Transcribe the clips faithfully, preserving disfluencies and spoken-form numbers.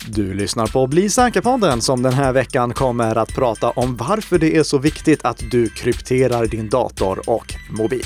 Du lyssnar på Bli säker-podden som den här veckan kommer att prata om varför det är så viktigt att du krypterar din dator och mobil.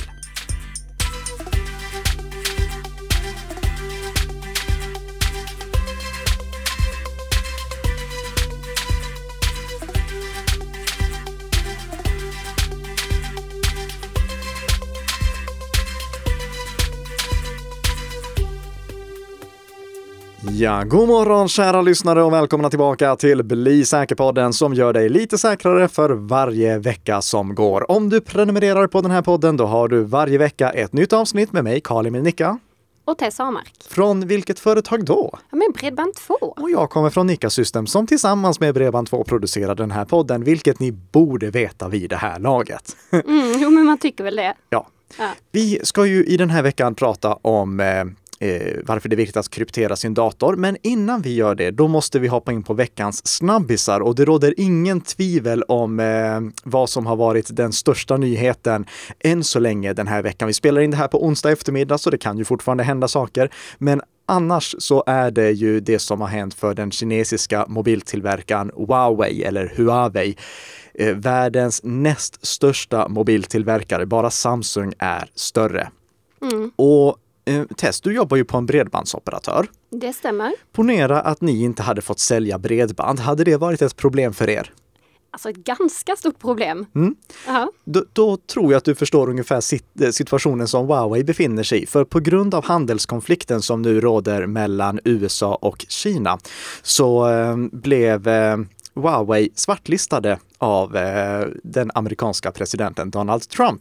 Ja, god morgon kära lyssnare och välkomna tillbaka till Bli säker-podden som gör dig lite säkrare för varje vecka som går. Om du prenumererar på den här podden då har du varje vecka ett nytt avsnitt med mig, Karl Emil Nicka. Och Tessa Amark. Från vilket företag då? Ja, men Bredband två. Och jag kommer från Nicka System som tillsammans med Bredband två producerar den här podden, vilket ni borde veta vid det här laget. Mm, jo, men man tycker väl det. Ja. Ja. Vi ska ju i den här veckan prata om eh, Eh, varför det är viktigt att kryptera sin dator. Men innan vi gör det, då måste vi hoppa in på veckans snabbisar. Och det råder ingen tvivel om eh, vad som har varit den största nyheten än så länge den här veckan. Vi spelar in det här på onsdag eftermiddag så det kan ju fortfarande hända saker. Men annars så är det ju det som har hänt för den kinesiska mobiltillverkaren Huawei eller Huawei. Eh, världens näst största mobiltillverkare. Bara Samsung är större. Mm. Och Tess, du jobbar ju på en bredbandsoperatör. Det stämmer. Ponera att ni inte hade fått sälja bredband. Hade det varit ett problem för er? Alltså ett ganska stort problem. Mm. Uh-huh. Då, då tror jag att du förstår ungefär sit- situationen som Huawei befinner sig i. För på grund av handelskonflikten som nu råder mellan U S A och Kina så eh, blev eh, Huawei svartlistade av eh, den amerikanska presidenten Donald Trump.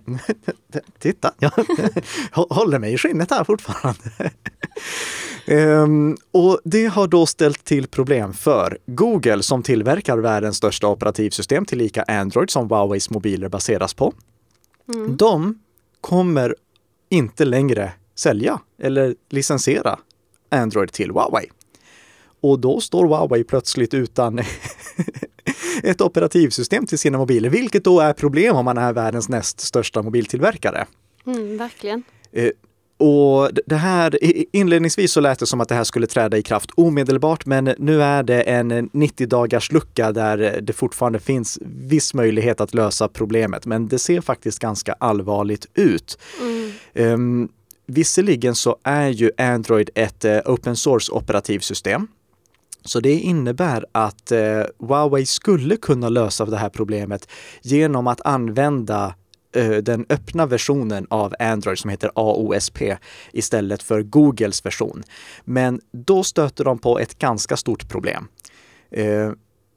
Titta, jag håller mig i skinnet här fortfarande. um, och det har då ställt till problem för Google som tillverkar världens största operativsystem tillika Android som Huaweis mobiler baseras på. Mm. De kommer inte längre sälja eller licensiera Android till Huawei. Och då står Huawei plötsligt utan ett operativsystem till sina mobiler, vilket då är problem om man är världens näst största mobiltillverkare. Mm, verkligen. Eh, och det här, inledningsvis så lät det som att det här skulle träda i kraft omedelbart, men nu är det en nittio dagars lucka där det fortfarande finns viss möjlighet att lösa problemet, men det ser faktiskt ganska allvarligt ut. Mm. Eh, visserligen så är ju Android ett eh, open source operativsystem. Så det innebär att eh, Huawei skulle kunna lösa det här problemet genom att använda eh, den öppna versionen av Android som heter A O S P istället för Googles version. Men då stöter de på ett ganska stort problem. Eh,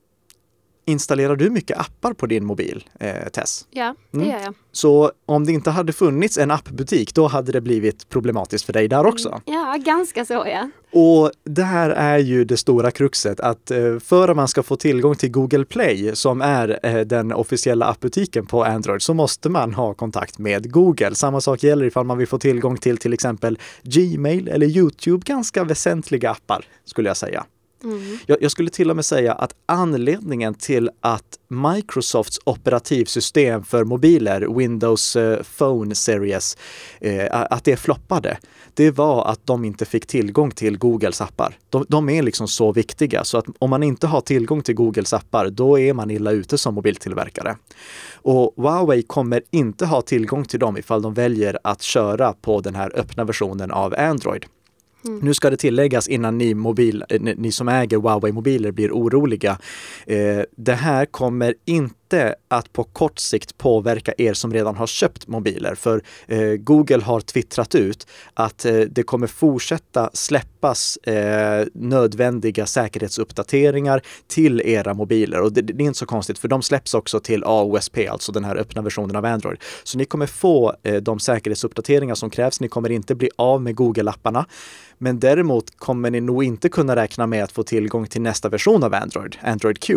Installerar du mycket appar på din mobil, eh, Tess? Ja, det mm. gör jag. Så om det inte hade funnits en appbutik, då hade det blivit problematiskt för dig där också. Ja, ganska så, ja. Och det här är ju det stora kruxet, att eh, för att man ska få tillgång till Google Play, som är eh, den officiella appbutiken på Android, så måste man ha kontakt med Google. Samma sak gäller ifall man vill få tillgång till till exempel Gmail eller YouTube, ganska väsentliga appar skulle jag säga. Mm. Jag, jag skulle till och med säga att anledningen till att Microsofts operativsystem för mobiler, Windows uh, Phone Series, uh, att det floppade, det var att de inte fick tillgång till Googles appar. De, de är liksom så viktiga så att om man inte har tillgång till Googles appar, då är man illa ute som mobiltillverkare. Och Huawei kommer inte ha tillgång till dem ifall de väljer att köra på den här öppna versionen av Android. Mm. Nu ska det tilläggas innan ni, mobil, ni som äger Huawei-mobiler blir oroliga. Eh, det här kommer inte att på kort sikt påverka er som redan har köpt mobiler. För eh, Google har twittrat ut att eh, det kommer fortsätta släppas eh, nödvändiga säkerhetsuppdateringar till era mobiler. Och det, det är inte så konstigt för de släpps också till A O S P, alltså den här öppna versionen av Android. Så ni kommer få eh, de säkerhetsuppdateringar som krävs. Ni kommer inte bli av med Google-apparna. Men däremot kommer ni nog inte kunna räkna med att få tillgång till nästa version av Android, Android Q.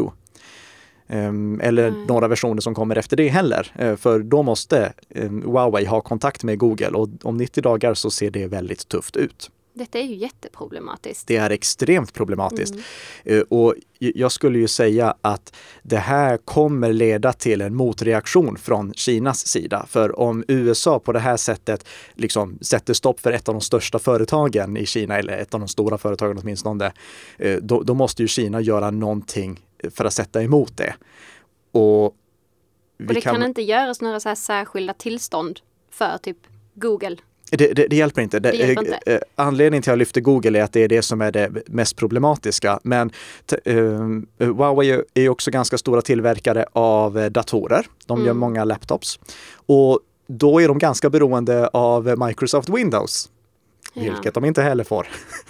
Um, eller mm. några versioner som kommer efter det heller. Uh, för då måste um, Huawei ha kontakt med Google och om nittio dagar så ser det väldigt tufft ut. Detta är ju jätteproblematiskt. Det är extremt problematiskt. Mm. Och jag skulle ju säga att det här kommer leda till en motreaktion från Kinas sida. För om U S A på det här sättet liksom sätter stopp för ett av de största företagen i Kina, eller ett av de stora företagen åtminstone, då, då måste ju Kina göra någonting för att sätta emot det. Och, vi och det kan... kan inte göras några så här särskilda tillstånd för typ Google. Det, det, det hjälper inte. Det, det hjälper inte. Eh, anledningen till att jag lyfter Google är att det är det som är det mest problematiska. Men t- eh, Huawei är ju också ganska stora tillverkare av eh, datorer. De mm. gör många laptops. Och då är de ganska beroende av Microsoft Windows. Ja. Vilket de inte heller får.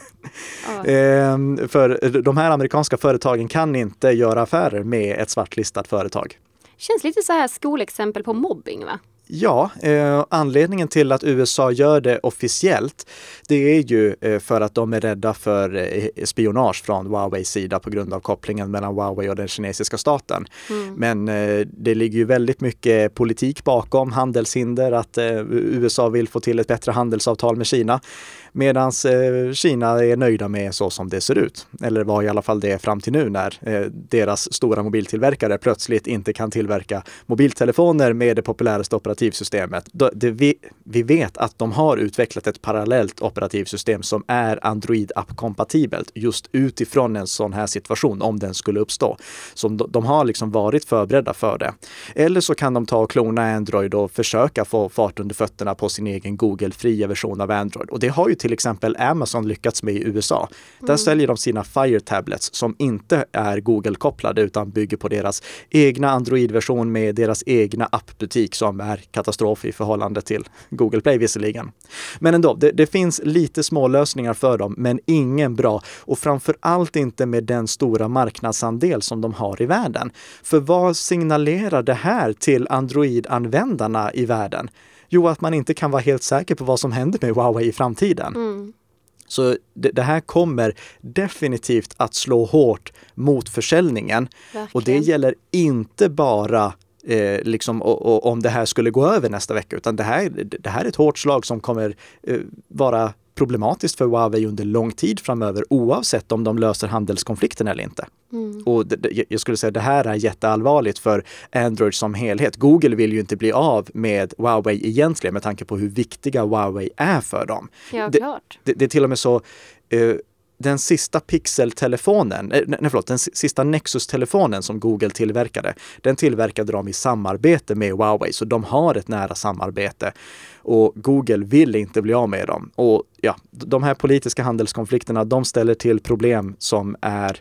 Oh. eh, för de här amerikanska företagen kan inte göra affärer med ett svartlistat företag. Känns lite så här skolexempel på mobbing, va? Ja, eh, anledningen till att U S A gör det officiellt, det är ju eh, för att de är rädda för eh, spionage från Huaweis sida på grund av kopplingen mellan Huawei och den kinesiska staten. Mm. Men eh, det ligger ju väldigt mycket politik bakom, handelshinder, att eh, U S A vill få till ett bättre handelsavtal med Kina. Medan eh, Kina är nöjda med så som det ser ut. Eller var i alla fall det fram till nu när eh, deras stora mobiltillverkare plötsligt inte kan tillverka mobiltelefoner med det populäraste operativsystemet. Då, det, vi, vi vet att de har utvecklat ett parallellt operativsystem som är Android-app-kompatibelt just utifrån en sån här situation, om den skulle uppstå. Så de, de har liksom varit förberedda för det. Eller så kan de ta och klona Android och försöka få fart under fötterna på sin egen Google-fria version av Android. Och det har ju till exempel Amazon lyckats med i U S A. Där mm. säljer de sina Fire Tablets som inte är Google-kopplade utan bygger på deras egna Android-version med deras egna appbutik som är katastrof i förhållande till Google Play visserligen. Men ändå, det, det finns lite små lösningar för dem, men ingen bra. Och framför allt inte med den stora marknadsandel som de har i världen. För vad signalerar det här till Android-användarna i världen? Jo, att man inte kan vara helt säker på vad som händer med Huawei i framtiden. Mm. Så det, det här kommer definitivt att slå hårt mot försäljningen. Verkligen. Och det gäller inte bara eh, liksom, och, och, om det här skulle gå över nästa vecka, utan det här, det här är ett hårt slag som kommer eh, vara problematiskt för Huawei under lång tid framöver, oavsett om de löser handelskonflikten eller inte. Mm. Och det, jag skulle säga att det här är jätteallvarligt för Android som helhet. Google vill ju inte bli av med Huawei egentligen med tanke på hur viktiga Huawei är för dem. Ja, det, klart. Det, det är till och med så eh, den sista Pixel-telefonen, eh, nej förlåt, den sista Nexus-telefonen som Google tillverkade, den tillverkade de i samarbete med Huawei, så de har ett nära samarbete. Och Google vill inte bli av med dem. Och ja, de här politiska handelskonflikterna, de ställer till problem som är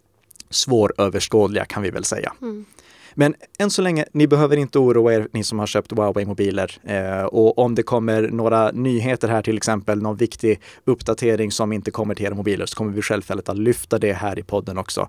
svåröverskådliga, kan vi väl säga. Mm. Men än så länge, ni behöver inte oroa er, ni som har köpt Huawei-mobiler. Eh, och om det kommer några nyheter här, till exempel någon viktig uppdatering som inte kommer till era mobiler, så kommer vi självfallet att lyfta det här i podden också.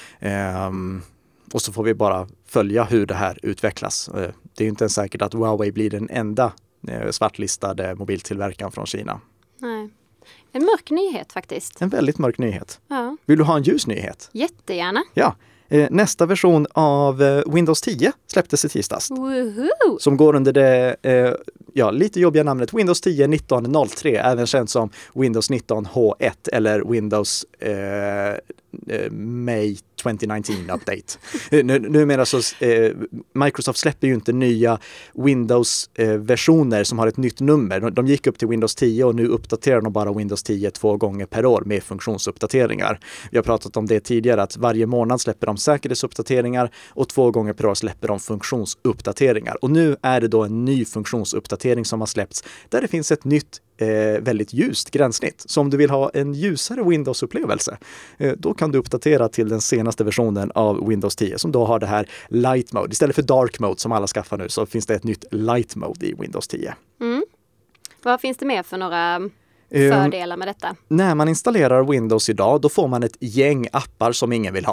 Eh, och så får vi bara följa hur det här utvecklas. Eh, det är ju inte ens säkert att Huawei blir den enda eh, svartlistade mobiltillverkaren från Kina. Nej. En mörk nyhet faktiskt. En väldigt mörk nyhet. Ja. Vill du ha en ljus nyhet? Jättegärna. Ja. Nästa version av Windows tio släpptes i tisdags. Woohoo! Som går under det eh, ja, lite jobbiga namnet Windows tio nitton noll tre, även känt som Windows nitton H ett eller Windows eh, May tjugonitton Update. nu, numera så eh, Microsoft släpper ju inte nya Windows-versioner eh, som har ett nytt nummer. De, de gick upp till Windows tio och nu uppdaterar de bara Windows tio två gånger per år med funktionsuppdateringar. Vi har pratat om det tidigare, att varje månad släpper de säkerhetsuppdateringar och två gånger per år släpper de funktionsuppdateringar. Och nu är det då en ny funktionsuppdatering som har släppts där det finns ett nytt Eh, väldigt ljust gränssnitt. Så om du vill ha en ljusare Windows-upplevelse, eh, då kan du uppdatera till den senaste versionen av Windows tio som då har det här Light Mode. Istället för Dark Mode som alla skaffar nu, så finns det ett nytt Light Mode i Windows tio. Mm. Vad finns det mer för några fördelar med detta? Um, när man installerar Windows idag, då får man ett gäng appar som ingen vill ha.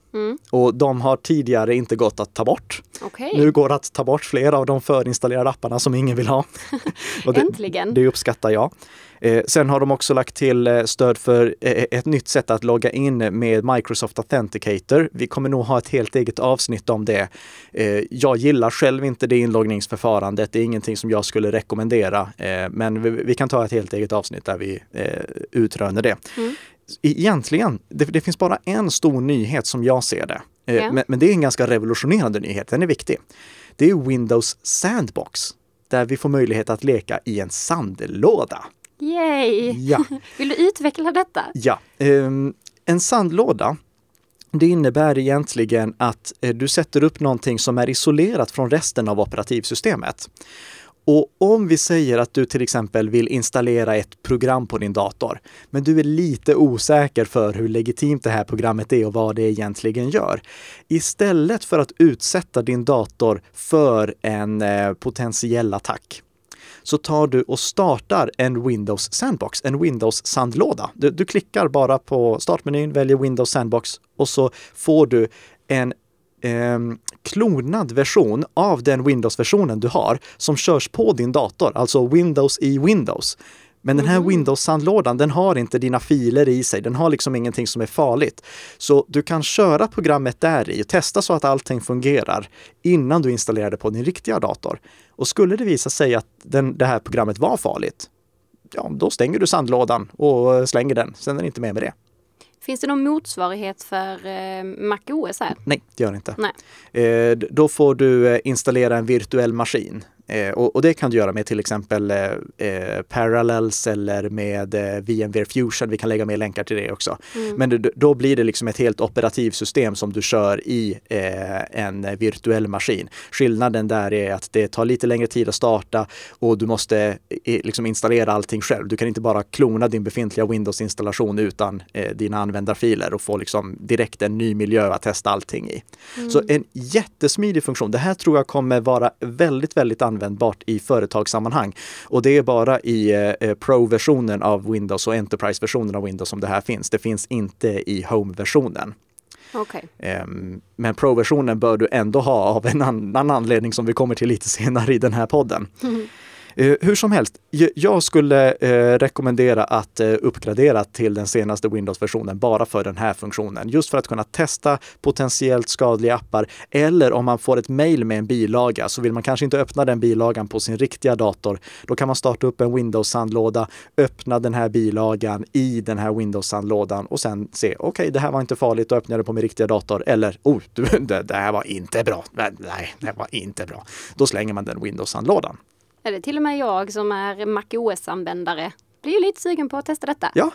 Mm. Och de har tidigare inte gått att ta bort. Okay. Nu går det att ta bort flera av de förinstallerade apparna som ingen vill ha. Och det, Äntligen! Det uppskattar jag. Eh, sen har de också lagt till eh, stöd för eh, ett nytt sätt att logga in med Microsoft Authenticator. Vi kommer nog ha ett helt eget avsnitt om det. Eh, jag gillar själv inte det inloggningsförfarandet. Det är ingenting som jag skulle rekommendera. Eh, men vi, vi kan ta ett helt eget avsnitt där vi eh, utröner det. Mm. Egentligen, det, det finns bara en stor nyhet som jag ser det. Eh, ja. men, men det är en ganska revolutionerande nyhet. Den är viktig. Det är Windows Sandbox. Där vi får möjlighet att leka i en sandlåda. Yay! Ja. Vill du utveckla detta? Ja. Um, en sandlåda, det innebär egentligen att eh, du sätter upp någonting som är isolerat från resten av operativsystemet. Och om vi säger att du till exempel vill installera ett program på din dator, men du är lite osäker för hur legitimt det här programmet är och vad det egentligen gör. Istället för att utsätta din dator för en eh, potentiell attack, så tar du och startar en Windows Sandbox, en Windows sandlåda. Du, du klickar bara på startmenyn, väljer Windows Sandbox och så får du en eh, klonad version av den Windows-versionen du har som körs på din dator, alltså Windows i Windows. Men den här mm. Windows-sandlådan, den har inte dina filer i sig. Den har liksom ingenting som är farligt. Så du kan köra programmet där i och testa så att allting fungerar innan du installerar det på din riktiga dator. Och skulle det visa sig att den, det här programmet var farligt, ja, då stänger du sandlådan och slänger den. Sen är det inte med med det. Finns det någon motsvarighet för eh, macOS här? Nej, det gör det inte. Nej. Eh, då får du eh, installera en virtuell maskin. Eh, och, och det kan du göra med till exempel eh, Parallels eller med eh, VMware Fusion. Vi kan lägga med länkar till det också. Mm. Men det, då blir det liksom ett helt operativsystem som du kör i eh, en virtuell maskin. Skillnaden där är att det tar lite längre tid att starta och du måste eh, liksom installera allting själv. Du kan inte bara klona din befintliga Windows-installation utan eh, dina användarfiler och få liksom direkt en ny miljö att testa allting i. Mm. Så en jättesmidig funktion. Det här tror jag kommer vara väldigt, väldigt användbart användbart i företagssammanhang. Och det är bara i eh, Pro-versionen av Windows och Enterprise-versionen av Windows som det här finns. Det finns inte i Home-versionen. Okay. Eh, men Pro-versionen bör du ändå ha av en annan anledning som vi kommer till lite senare i den här podden. Mm. Eh, hur som helst, jag skulle eh, rekommendera att eh, uppgradera till den senaste Windows-versionen bara för den här funktionen. Just för att kunna testa potentiellt skadliga appar, eller om man får ett mejl med en bilaga så vill man kanske inte öppna den bilagan på sin riktiga dator. Då kan man starta upp en Windows-sandlåda, öppna den här bilagan i den här Windows-sandlådan och sen se, okej, okay, det här var inte farligt, och öppna det på min riktiga dator. Eller, oh, det, det här var inte bra. Nej, det var inte bra. Då slänger man den Windows-sandlådan. Är det till och med jag som är macOS-användare? Blir ju lite sugen på att testa detta. Ja,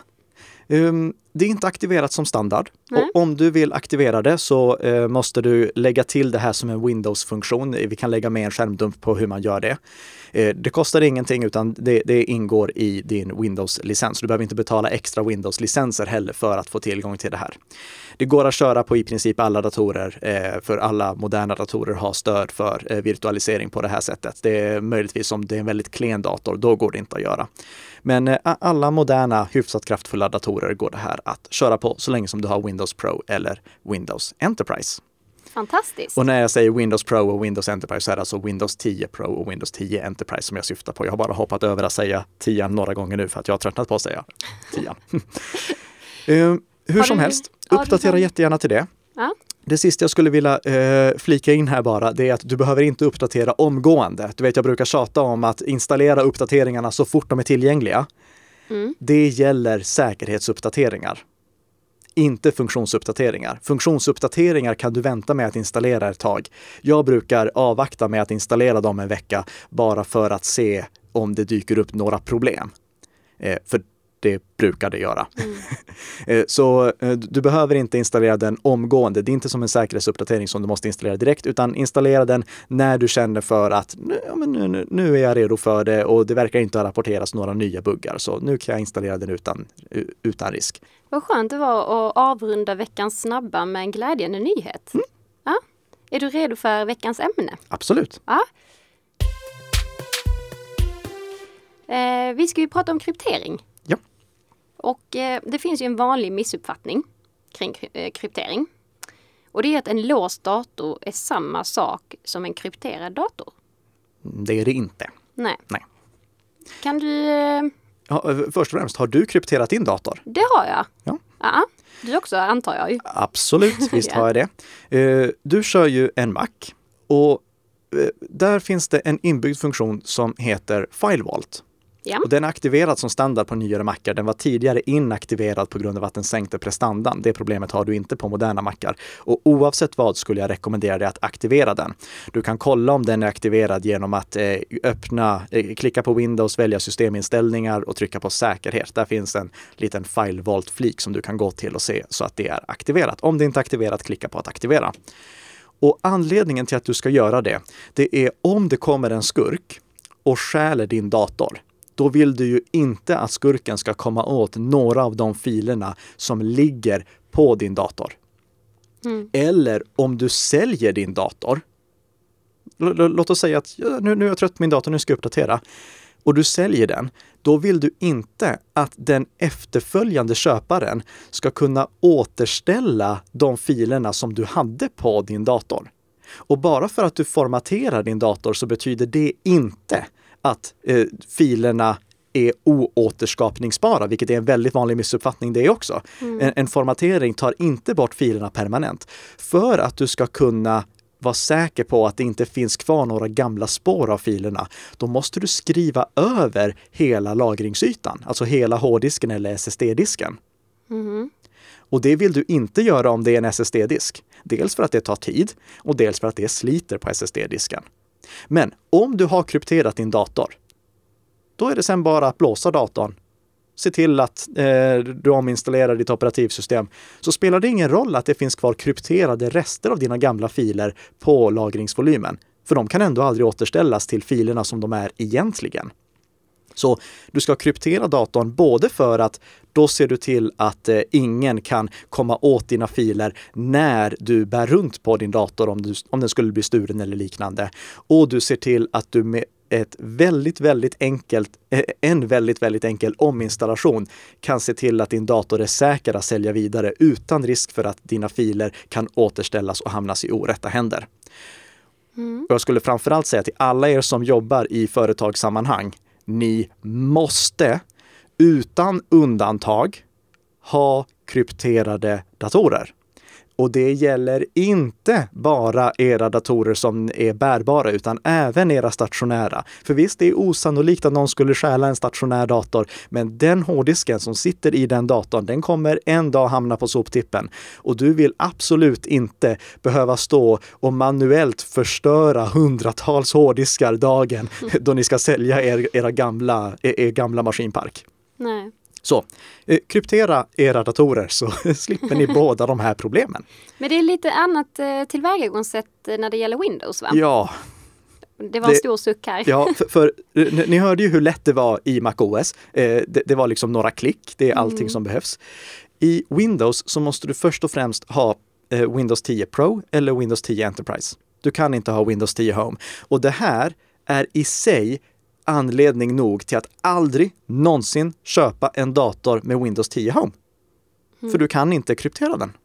um, det är inte aktiverat som standard. Mm. Och om du vill aktivera det så uh, måste du lägga till det här som en Windows-funktion. Vi kan lägga med en skärmdump på hur man gör det. Uh, det kostar ingenting utan det, det ingår i din Windows-licens. Du behöver inte betala extra Windows-licenser heller för att få tillgång till det här. Det går att köra på i princip alla datorer, eh, för alla moderna datorer har stöd för eh, virtualisering på det här sättet. Det är möjligtvis om det är en väldigt klen dator, då går det inte att göra. Men eh, alla moderna, hyfsat kraftfulla datorer går det här att köra på så länge som du har Windows Pro eller Windows Enterprise. Fantastiskt. Och när jag säger Windows Pro och Windows Enterprise så är det alltså Windows tio Pro och Windows tio Enterprise som jag syftar på. Jag har bara hoppat över att säga tio några gånger nu för att jag har tröttnat på att säga tio. uh, Hur har som du, helst, uppdatera du... jättegärna till det. Ja. Det sista jag skulle vilja eh, flika in här bara, det är att du behöver inte uppdatera omgående. Du vet, jag brukar tjata om att installera uppdateringarna så fort de är tillgängliga. Mm. Det gäller säkerhetsuppdateringar. Inte funktionsuppdateringar. Funktionsuppdateringar kan du vänta med att installera ett tag. Jag brukar avvakta med att installera dem en vecka bara för att se om det dyker upp några problem. Eh, för det brukar det göra. Mm. Så du behöver inte installera den omgående. Det är inte som en säkerhetsuppdatering som du måste installera direkt, utan installera den när du känner för att ja, men nu, nu är jag redo för det och det verkar inte ha rapporterats några nya buggar. Så nu kan jag installera den utan, utan risk. Vad skönt det var att avrunda veckans snabba med en glädjande nyhet. Mm. Ja. Är du redo för veckans ämne? Absolut. Ja. Eh, vi ska ju prata om kryptering. Ja. Och eh, det finns ju en vanlig missuppfattning kring eh, kryptering. Och det är att en låst dator är samma sak som en krypterad dator. Det är det inte. Nej. Nej. Kan du... Eh... Ja, först och främst, har du krypterat din dator? Det har jag. Ja. Ja, du också antar jag ju. Absolut, visst har jag det. Du kör ju en Mac och där finns det en inbyggd funktion som heter FileVault. Ja. Och den är aktiverad som standard på nyare Macar. Den var tidigare inaktiverad på grund av att den sänkte prestandan. Det problemet har du inte på moderna Macar. Och oavsett vad skulle jag rekommendera dig att aktivera den. Du kan kolla om den är aktiverad genom att eh, öppna, eh, klicka på Windows, välja systeminställningar och trycka på säkerhet. Där finns en liten FileVault-flik som du kan gå till och se så att det är aktiverat. Om det inte är aktiverat, klicka på att aktivera. Och anledningen till att du ska göra det, det är om det kommer en skurk och stjäler din dator. Då vill du ju inte att skurken ska komma åt några av de filerna som ligger på din dator. Mm. Eller om du säljer din dator. L- l- låt oss säga att ja, nu, nu är jag trött på min dator, nu ska jag uppdatera. Och du säljer den. Då vill du inte att den efterföljande köparen ska kunna återställa de filerna som du hade på din dator. Och bara för att du formaterar din dator så betyder det inte att eh, filerna är oåterskapningsbara, vilket är en väldigt vanlig missuppfattning det också. Mm. En, en formatering tar inte bort filerna permanent. För att du ska kunna vara säker på att det inte finns kvar några gamla spår av filerna, då måste du skriva över hela lagringsytan, alltså hela hårddisken eller S S D-disken. Mm. Och det vill du inte göra om det är en S S D-disk. Dels för att det tar tid och dels för att det sliter på S S D-disken. Men om du har krypterat din dator, då är det sen bara att blåsa datorn. Se till att eh, du ominstallerar ditt operativsystem. Så spelar det ingen roll att det finns kvar krypterade rester av dina gamla filer på lagringsvolymen. För de kan ändå aldrig återställas till filerna som de är egentligen. Så du ska kryptera datorn både för att då ser du till att eh, ingen kan komma åt dina filer när du bär runt på din dator om, du, om den skulle bli stulen eller liknande. Och du ser till att du med ett väldigt, väldigt enkelt, eh, en väldigt, väldigt enkel ominstallation kan se till att din dator är säker att sälja vidare utan risk för att dina filer kan återställas och hamnas i orätta händer. Mm. Jag skulle framförallt säga till alla er som jobbar i företagssammanhang, ni måste utan undantag ha krypterade datorer. Och det gäller inte bara era datorer som är bärbara utan även era stationära. För visst, det är osannolikt att någon skulle stjäla en stationär dator, men den hårddisken som sitter i den datorn, den kommer en dag hamna på soptippen. Och du vill absolut inte behöva stå och manuellt förstöra hundratals hårddiskar dagen då ni ska sälja er, era gamla, er, er gamla maskinpark. Nej. Så, eh, kryptera era datorer så slipper ni båda de här problemen. Men det är lite annat eh, tillvägagångssätt när det gäller Windows, va? Ja. Det var en det, stor suck här. Ja, för, för ni hörde ju hur lätt det var i macOS. Eh, det, det var liksom några klick, det är allting mm. som behövs. I Windows så måste du först och främst ha eh, Windows tio Pro eller Windows tio Enterprise. Du kan inte ha Windows tio Home. Och det här är i sig anledning nog till att aldrig någonsin köpa en dator med Windows tio Home. Mm. För du kan inte kryptera den.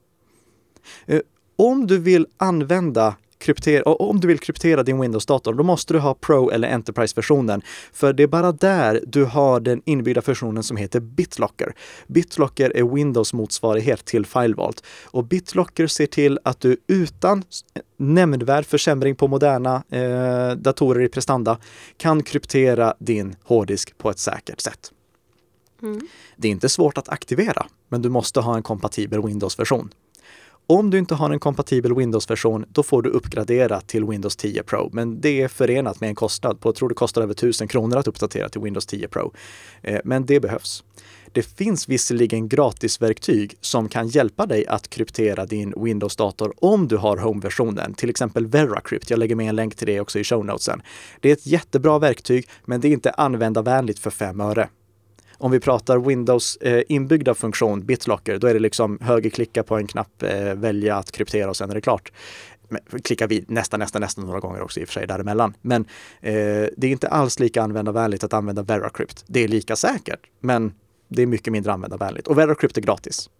Eh, om du vill använda kryptera, om du vill kryptera din Windows-dator, då måste du ha Pro eller Enterprise-versionen. För det är bara där du har den inbyggda versionen som heter BitLocker. BitLocker är Windows motsvarighet till FileVault. Och BitLocker ser till att du utan nämnvärd försämring på moderna eh, datorer i prestanda kan kryptera din hårddisk på ett säkert sätt. Mm. Det är inte svårt att aktivera, men du måste ha en kompatibel Windows-version. Om du inte har en kompatibel Windows-version, då får du uppgradera till Windows tio Pro. Men det är förenat med en kostnad på, jag tror det kostar över tusen kronor att uppdatera till Windows tio Pro. Eh, men det behövs. Det finns visserligen gratisverktyg som kan hjälpa dig att kryptera din Windows-dator om du har Home-versionen. Till exempel VeraCrypt. Jag lägger med en länk till det också i show notesen. Det är ett jättebra verktyg, men det är inte användarvänligt för fem öre. Om vi pratar Windows eh, inbyggda funktion, BitLocker, då är det liksom högerklicka på en knapp, eh, välja att kryptera och sen är det klart. Men, klicka vid nästan, nästan, nästan några gånger också i och för sig däremellan. Men eh, det är inte alls lika användarvänligt att använda VeraCrypt. Det är lika säkert, men det är mycket mindre användarvänligt. Och VeraCrypt är gratis.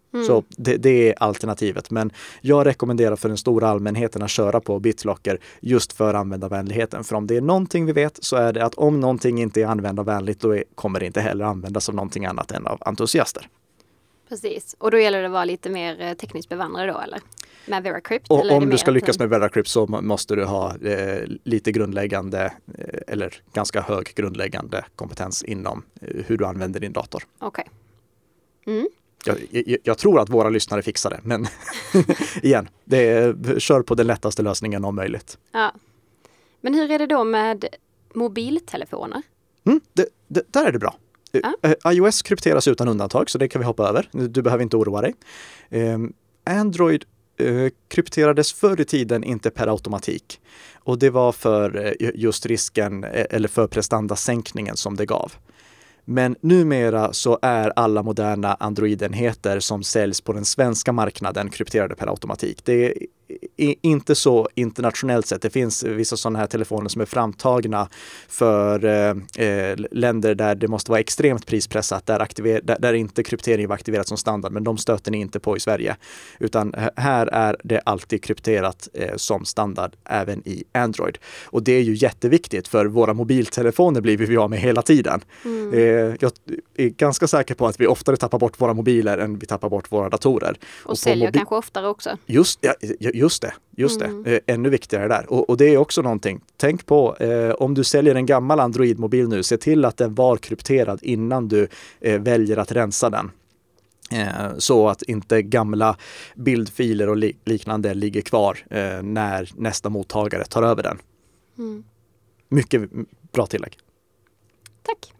Mm. Så det, det är alternativet. Men jag rekommenderar för den stora allmänheten att köra på BitLocker just för användarvänligheten. För om det är någonting vi vet så är det att om någonting inte är användarvänligt då är, kommer det inte heller användas av någonting annat än av entusiaster. Precis. Och då gäller det att vara lite mer tekniskt bevandrad då, eller? Med VeraCrypt? Och eller om du ska att... lyckas med VeraCrypt så måste du ha eh, lite grundläggande eh, eller ganska hög grundläggande kompetens inom eh, hur du använder din dator. Okej. Okay. Mm. Jag, jag, jag tror att våra lyssnare fixar det, men igen, det är, kör på den lättaste lösningen om möjligt. Ja. Men hur är det då med mobiltelefoner? Mm, det, det, där är det bra. Ja. iOS krypteras utan undantag, så det kan vi hoppa över. Du behöver inte oroa dig. Um, Android uh, krypterades förr i tiden inte per automatik. Och det var för uh, just risken, eller för prestandasänkningen som det gav. Men numera så är alla moderna Android-enheter som säljs på den svenska marknaden krypterade per automatik. Det är inte så internationellt sett. Det finns vissa sådana här telefoner som är framtagna för eh, länder där det måste vara extremt prispressat, där, aktiver- där, där inte kryptering var aktiverat som standard, men de stöter ni inte på i Sverige. Utan här är det alltid krypterat eh, som standard även i Android. Och det är ju jätteviktigt, för våra mobiltelefoner blir vi av med hela tiden. Mm. Eh, jag är ganska säker på att vi oftare tappar bort våra mobiler än vi tappar bort våra datorer. Och, och säljer mobil- kanske oftare också. Just, ja, just det, just mm. det. Eh, ännu viktigare där. Och, och det är också någonting. Tänk på, eh, om du säljer en gammal Android-mobil nu, se till att den var krypterad innan du eh, väljer att rensa den. Eh, så att inte gamla bildfiler och li- liknande ligger kvar eh, när nästa mottagare tar över den. Mm. Mycket bra tillägg. Tack.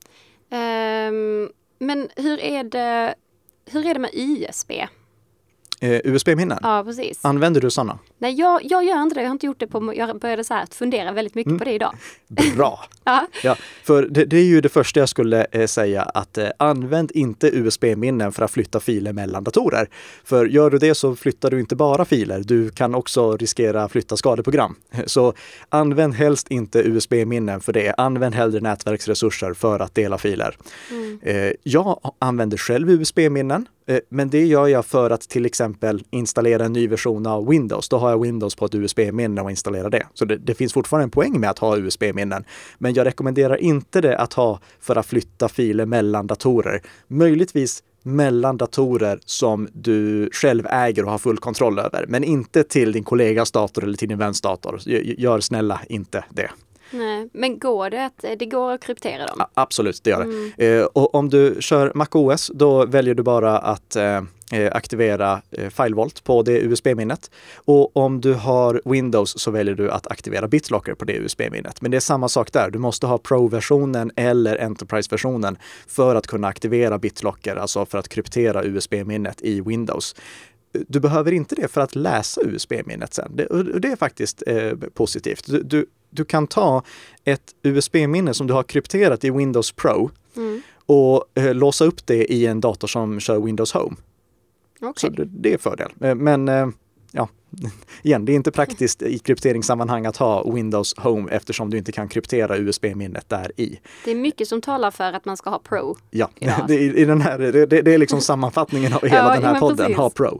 Um, men hur är det, hur är det med U S B? Eh, U S B-minnen? Ja, precis. Använder du sådana? Nej, jag, jag gör inte det. Jag har inte gjort det på... Jag började så här att fundera väldigt mycket mm. på det idag. Bra! ja. Ja, för det, det är ju det första jag skulle eh, säga, att eh, använd inte U S B-minnen för att flytta filer mellan datorer. För gör du det så flyttar du inte bara filer. Du kan också riskera att flytta skadeprogram. Så använd helst inte U S B-minnen för det. Använd hellre nätverksresurser för att dela filer. Mm. Eh, jag använder själv U S B-minnen. Men det gör jag för att till exempel installera en ny version av Windows. Då har jag Windows på ett U S B-minne och installera det. Så det, det finns fortfarande en poäng med att ha U S B-minnen. Men jag rekommenderar inte det att ha för att flytta filer mellan datorer. Möjligtvis mellan datorer som du själv äger och har full kontroll över. Men inte till din kollegas dator eller till din väns dator. Gör snälla inte det. Nej, men går det att det går att kryptera dem? Ja, absolut, det gör det. Mm. Eh, och om du kör macOS, då väljer du bara att eh, aktivera eh, FileVault på det U S B-minnet. Och om du har Windows så väljer du att aktivera BitLocker på det U S B-minnet. Men det är samma sak där. Du måste ha Pro-versionen eller Enterprise-versionen för att kunna aktivera BitLocker, alltså för att kryptera U S B-minnet i Windows. Du behöver inte det för att läsa U S B-minnet sen. Det, det är faktiskt eh, positivt. Du, du, du kan ta ett U S B-minne som du har krypterat i Windows Pro mm. och eh, låsa upp det i en dator som kör Windows Home. Okay. Så det, det är fördel. Eh, men eh, ja, igen, det är inte praktiskt i krypteringssammanhang att ha Windows Home eftersom du inte kan kryptera U S B-minnet där i. Det är mycket som talar för att man ska ha Pro. Ja, det, i den här, det, det är liksom sammanfattningen av hela ja, den här ja, podden. Precis. Ha Pro.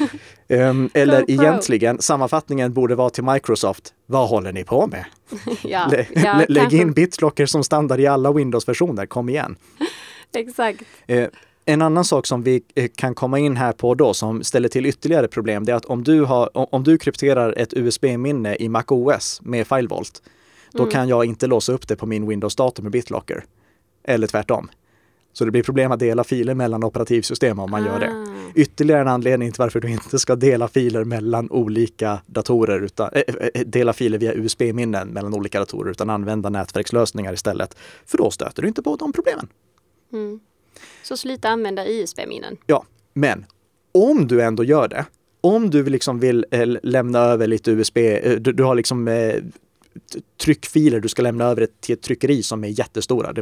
Um, eller Pro, egentligen, Pro. Sammanfattningen borde vara till Microsoft. Vad håller ni på med? ja, Lä, ja, lä, lägg in BitLocker som standard i alla Windows-versioner. Kom igen. Exakt. Uh, En annan sak som vi kan komma in här på då som ställer till ytterligare problem, det är att om du, har, om du krypterar ett U S B-minne i macOS med FileVault, då mm. kan jag inte låsa upp det på min Windows-dator med BitLocker. Eller tvärtom. Så det blir problem att dela filer mellan operativsystem om man ah. gör det. Ytterligare en anledning till varför du inte ska dela filer mellan olika datorer, utan äh, dela filer via U S B-minnen mellan olika datorer, utan använda nätverkslösningar istället. För då stöter du inte på de problemen. Mm. Så sluta använda U S B-minnen. Ja, men om du ändå gör det, om du liksom vill eh, lämna över lite U S B, eh, du, du har liksom eh, tryckfiler, du ska lämna över ett, till ett tryckeri som är jättestora, det var det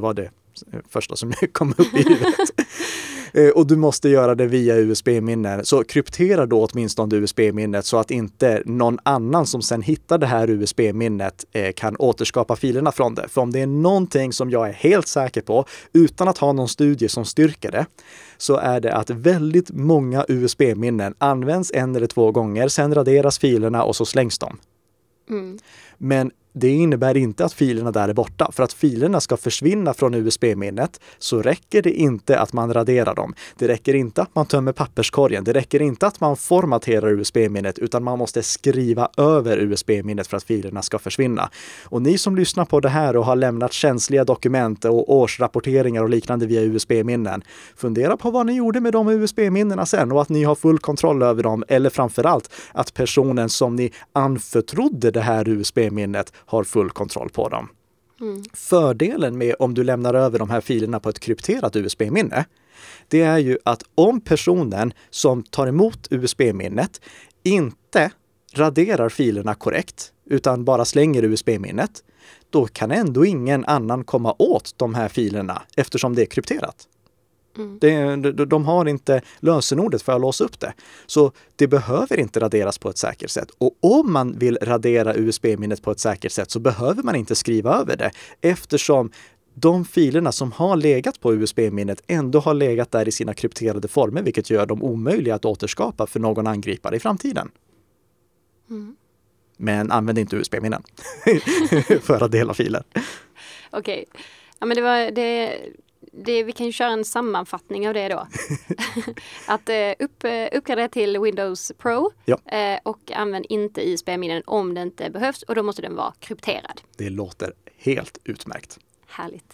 första som kom upp i huvudet. Och du måste göra det via U S B-minnen. Så kryptera då åtminstone U S B-minnet så att inte någon annan som sen hittar det här U S B-minnet eh, kan återskapa filerna från det. För om det är någonting som jag är helt säker på, utan att ha någon studie som styrker det, så är det att väldigt många U S B-minnen används en eller två gånger, sen raderas filerna och så slängs de. Mm. Men det innebär inte att filerna där är borta. För att filerna ska försvinna från U S B-minnet så räcker det inte att man raderar dem. Det räcker inte att man tömmer papperskorgen. Det räcker inte att man formaterar U S B-minnet, utan man måste skriva över U S B-minnet för att filerna ska försvinna. Och ni som lyssnar på det här och har lämnat känsliga dokument och årsrapporteringar och liknande via U S B-minnen, fundera på vad ni gjorde med de U S B-minnena sen och att ni har full kontroll över dem, eller framförallt att personen som ni anförtrodde det här U S B-minnet har full kontroll på dem. Mm. Fördelen med om du lämnar över de här filerna på ett krypterat U S B-minne, det är ju att om personen som tar emot U S B-minnet inte raderar filerna korrekt utan bara slänger U S B-minnet, då kan ändå ingen annan komma åt de här filerna eftersom det är krypterat. Mm. Det, de har inte lösenordet för att låsa upp det. Så det behöver inte raderas på ett säkert sätt. Och om man vill radera U S B-minnet på ett säkert sätt så behöver man inte skriva över det. Eftersom de filerna som har legat på U S B-minnet ändå har legat där i sina krypterade former, vilket gör dem omöjliga att återskapa för någon angripare i framtiden. Mm. Men använd inte U S B-minnen för att dela filer. Okej. Okay. Ja, men det var det... Det, vi kan ju köra en sammanfattning av det då. Att eh, upp, uppgradera till Windows Pro ja. eh, och använd inte I S B-minnen om det inte behövs, och då måste den vara krypterad. Det låter helt utmärkt. Härligt.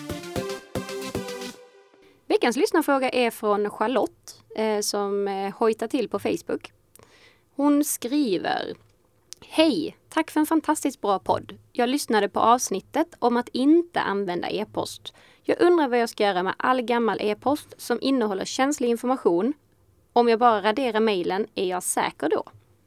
Veckans lyssnarfråga är från Charlotte eh, som eh, hojtar till på Facebook. Hon skriver: Hej, tack för en fantastiskt bra podd. Jag lyssnade på avsnittet om att inte använda e-post. Jag undrar vad jag ska göra med all gammal e-post som innehåller känslig information. Om jag bara raderar mejlen, är jag säker då?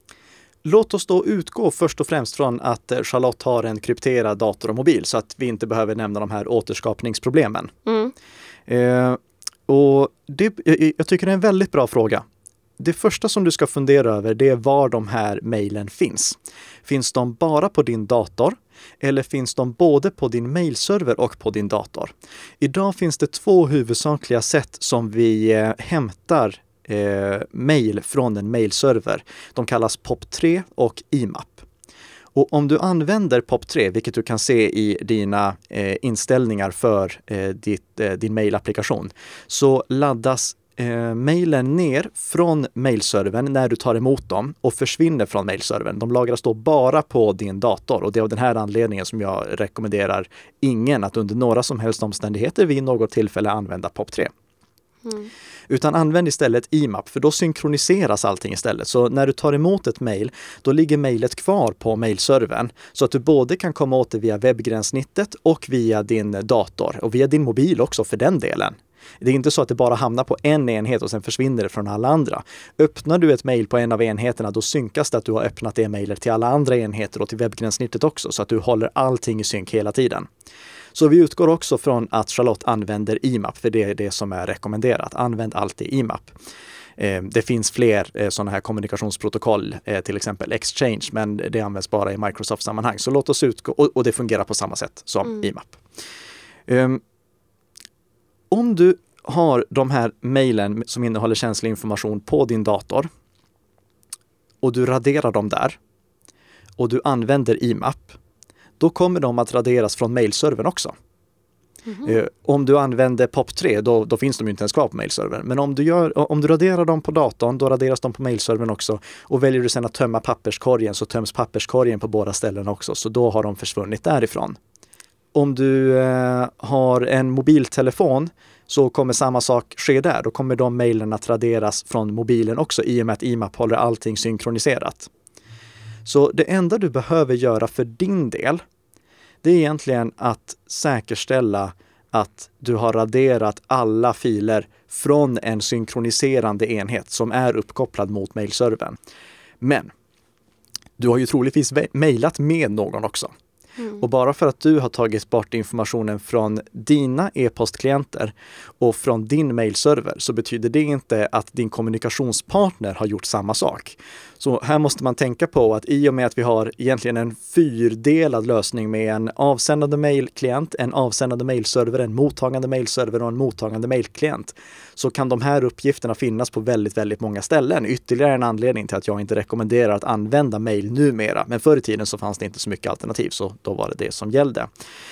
Låt oss då utgå först och främst från att Charlotte har en krypterad dator och mobil, så att vi inte behöver nämna de här återskapningsproblemen. Mm. Eh, och det, jag tycker det är en väldigt bra fråga. Det första som du ska fundera över, det är var de här mejlen finns. Finns de bara på din dator eller finns de både på din mejlserver och på din dator? Idag finns det två huvudsakliga sätt som vi eh, hämtar eh, mejl från en mejlserver. De kallas P O P tre och I M A P. Och om du använder P O P tre, vilket du kan se i dina eh, inställningar för eh, ditt, eh, din mejlapplikation, så laddas Eh, mejlen ner från mejlservern när du tar emot dem och försvinner från mejlservern. De lagras då bara på din dator, och det är av den här anledningen som jag rekommenderar ingen att under några som helst omständigheter vid något tillfälle använda P O P tre. Mm. Utan använd istället I M A P, för då synkroniseras allting istället. Så när du tar emot ett mejl, då ligger mejlet kvar på mejlservern, så att du både kan komma åt det via webbgränssnittet och via din dator och via din mobil också för den delen. Det är inte så att det bara hamnar på en enhet och sen försvinner det från alla andra. Öppnar du ett mejl på en av enheterna, då synkas det att du har öppnat det mejlet till alla andra enheter och till webbgränssnittet också, så att du håller allting i synk hela tiden. Så vi utgår också från att Charlotte använder I M A P, för det är det som är rekommenderat. Använd alltid I M A P. Det finns fler sådana här kommunikationsprotokoll, till exempel Exchange, men det används bara i Microsoft-sammanhang. Så låt oss utgå, och det fungerar på samma sätt som mm. I M A P. Um, om du har de här mejlen som innehåller känslig information på din dator och du raderar dem där och du använder I M A P, då kommer de att raderas från mejlservern också. Mm-hmm. Eh, om du använder P O P tre, då, då finns de ju inte ens kvar på mejlservern. Men om du, gör, om du raderar dem på datorn, då raderas de på mejlservern också. Och väljer du sedan att tömma papperskorgen, så töms papperskorgen på båda ställen också. Så då har de försvunnit därifrån. Om du eh, har en mobiltelefon, så kommer samma sak ske där. Då kommer de mejlen att raderas från mobilen också, i och med att I M A P håller allting synkroniserat. Så det enda du behöver göra för din del, det är egentligen att säkerställa att du har raderat alla filer från en synkroniserande enhet som är uppkopplad mot mejlservern. Men du har ju troligtvis mejlat med någon också. Mm. Och bara för att du har tagit bort informationen från dina e-postklienter och från din mailserver så betyder det inte att din kommunikationspartner har gjort samma sak. Så här måste man tänka på att i och med att vi har egentligen en fyrdelad lösning med en avsändande mailklient, en avsändande mailserver, en mottagande mailserver och en mottagande mailklient, så kan de här uppgifterna finnas på väldigt, väldigt många ställen. Ytterligare en anledning till att jag inte rekommenderar att använda mail numera. Men förr i tiden så fanns det inte så mycket alternativ, så då var det det som gällde.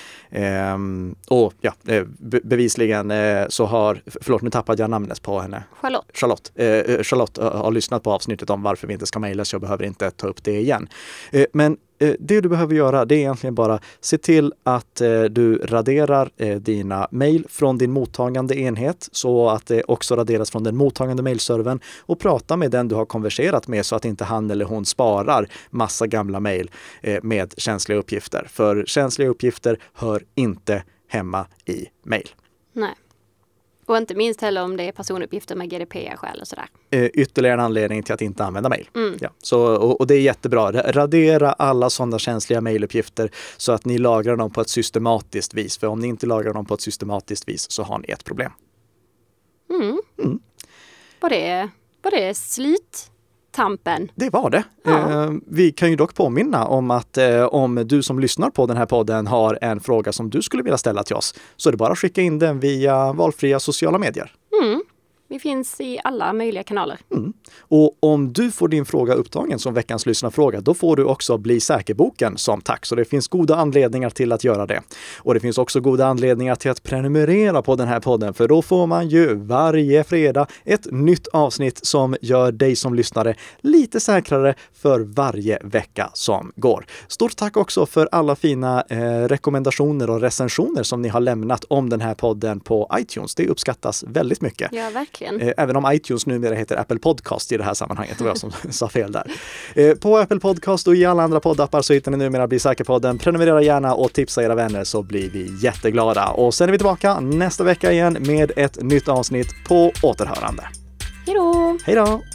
Ehm, och ja, be- bevisligen eh, så har, förlåt nu tappade jag namnet på henne. Charlotte. Charlotte, eh, Charlotte uh, har lyssnat på avsnittet om varför vi inte ska mejla, så jag behöver inte ta upp det igen. Eh, men eh, det du behöver göra, det är egentligen bara se till att eh, du raderar eh, dina mejl från din mottagande enhet så att det också raderas från den mottagande mejlservern, och prata med den du har konverserat med så att inte han eller hon sparar massa gamla mejl eh, med känsliga uppgifter. För känsliga uppgifter hör inte hemma i mejl. Nej. Och inte minst heller om det är personuppgifter med G D P R-skäl och sådär. Eh, ytterligare en anledning till att inte använda mejl. Mm. Ja, så, och, och det är jättebra. Radera alla sådana känsliga mejluppgifter så att ni lagrar dem på ett systematiskt vis. För om ni inte lagrar dem på ett systematiskt vis så har ni ett problem. Mm. Mm. Var det, var det slut? Tampen. Det var det. Ja. Eh, vi kan ju dock påminna om att eh, om du som lyssnar på den här podden har en fråga som du skulle vilja ställa till oss, så är det bara att skicka in den via valfria sociala medier. Mm. Vi finns i alla möjliga kanaler. Mm. Och om du får din fråga upptagen som veckans lyssnarfråga, då får du också Bli säker-boken som tack. Så det finns goda anledningar till att göra det. Och det finns också goda anledningar till att prenumerera på den här podden, för då får man ju varje fredag ett nytt avsnitt som gör dig som lyssnare lite säkrare för varje vecka som går. Stort tack också för alla fina eh, rekommendationer och recensioner som ni har lämnat om den här podden på iTunes. Det uppskattas väldigt mycket. Ja, verkligen. Även om iTunes numera heter Apple Podcast i det här sammanhanget. Det var jag som sa fel där. På Apple Podcast och i alla andra poddappar så hittar ni numera Bli säker-podden. Prenumerera gärna och tipsa era vänner så blir vi jätteglada. Och sen är vi tillbaka nästa vecka igen med ett nytt avsnitt. På återhörande. Hej då! Hej då!